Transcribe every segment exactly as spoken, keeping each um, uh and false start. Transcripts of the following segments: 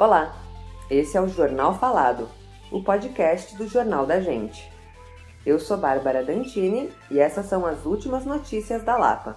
Olá, esse é o Jornal Falado, o podcast do Jornal da Gente. Eu sou Bárbara Dantini e essas são as últimas notícias da Lapa.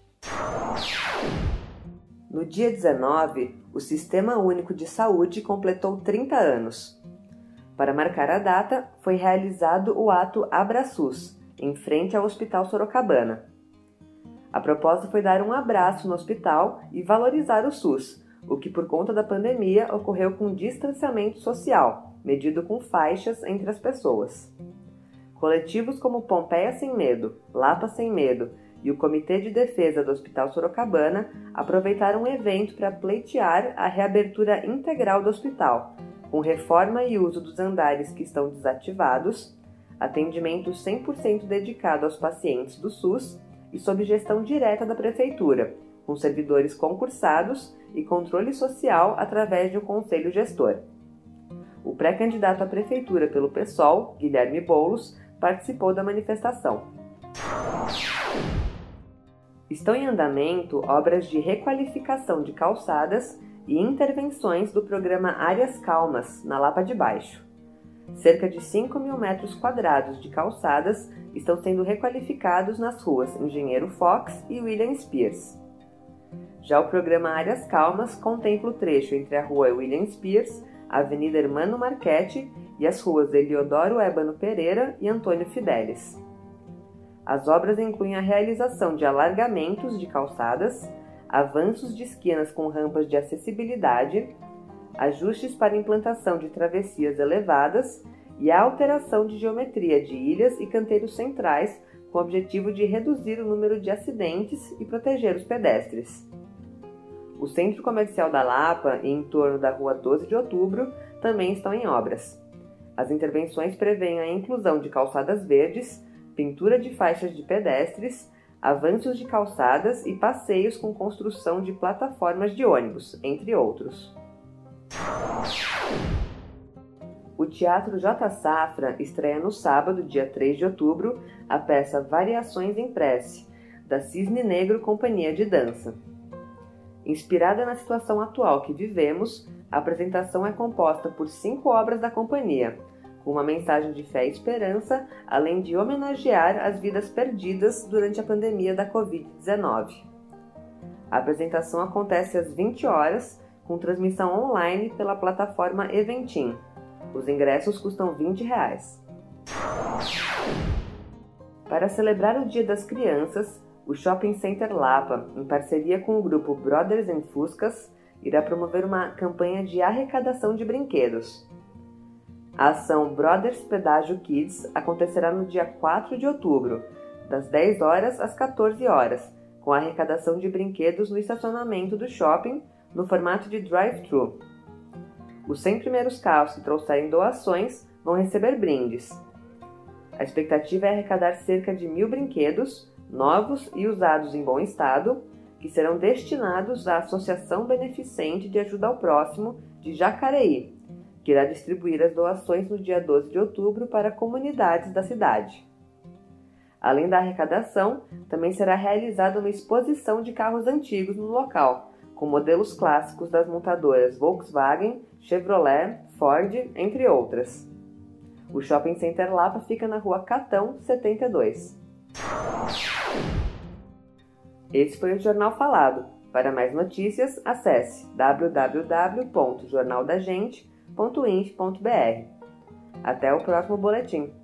No dia dezenove, o Sistema Único de Saúde completou trinta anos. Para marcar a data, foi realizado o ato AbraSUS, em frente ao Hospital Sorocabana. A proposta foi dar um abraço no hospital e valorizar o SUS, o que por conta da pandemia ocorreu com distanciamento social, medido com faixas entre as pessoas. Coletivos como Pompeia Sem Medo, Lapa Sem Medo e o Comitê de Defesa do Hospital Sorocabana aproveitaram o evento para pleitear a reabertura integral do hospital, com reforma e uso dos andares que estão desativados, atendimento cem por cento dedicado aos pacientes do SUS e sob gestão direta da Prefeitura, com servidores concursados e controle social através de um conselho gestor. O pré-candidato à Prefeitura pelo PSOL, Guilherme Boulos, participou da manifestação. Estão em andamento obras de requalificação de calçadas e intervenções do programa Áreas Calmas, na Lapa de Baixo. Cerca de cinco mil metros quadrados de calçadas estão sendo requalificados nas ruas Engenheiro Fox e William Spears. Já o programa Áreas Calmas contempla o trecho entre a rua William Spears, a Avenida Hermano Marchetti e as ruas Eliodoro Ébano Pereira e Antônio Fidelis. As obras incluem a realização de alargamentos de calçadas, avanços de esquinas com rampas de acessibilidade, ajustes para implantação de travessias elevadas e a alteração de geometria de ilhas e canteiros centrais com o objetivo de reduzir o número de acidentes e proteger os pedestres. O Centro Comercial da Lapa e em torno da Rua doze de Outubro também estão em obras. As intervenções prevêem a inclusão de calçadas verdes, pintura de faixas de pedestres, avanços de calçadas e passeios com construção de plataformas de ônibus, entre outros. O Teatro J. Safra estreia no sábado, dia três de outubro, a peça Variações em Prece, da Cisne Negro Companhia de Dança. Inspirada na situação atual que vivemos, a apresentação é composta por cinco obras da companhia, com uma mensagem de fé e esperança, além de homenagear as vidas perdidas durante a pandemia da covid dezenove. A apresentação acontece às vinte horas, com transmissão online pela plataforma Eventim. Os ingressos custam vinte reais. Para celebrar o Dia das Crianças, o Shopping Center Lapa, em parceria com o grupo Brothers and Fuscas, irá promover uma campanha de arrecadação de brinquedos. A ação Brothers Pedágio Kids acontecerá no dia quatro de outubro, das dez horas às quatorze horas, com a arrecadação de brinquedos no estacionamento do shopping, no formato de drive-thru. Os cem primeiros carros que trouxerem doações vão receber brindes. A expectativa é arrecadar cerca de mil brinquedos, novos e usados em bom estado, que serão destinados à Associação Beneficente de Ajuda ao Próximo de Jacareí, que irá distribuir as doações no dia doze de outubro para comunidades da cidade. Além da arrecadação, também será realizada uma exposição de carros antigos no local, com modelos clássicos das montadoras Volkswagen, Chevrolet, Ford, entre outras. O Shopping Center Lapa fica na Rua Catão, setenta e dois. Esse foi o Jornal Falado. Para mais notícias, acesse w w w ponto jornal da gente ponto inf ponto b r. Até o próximo boletim.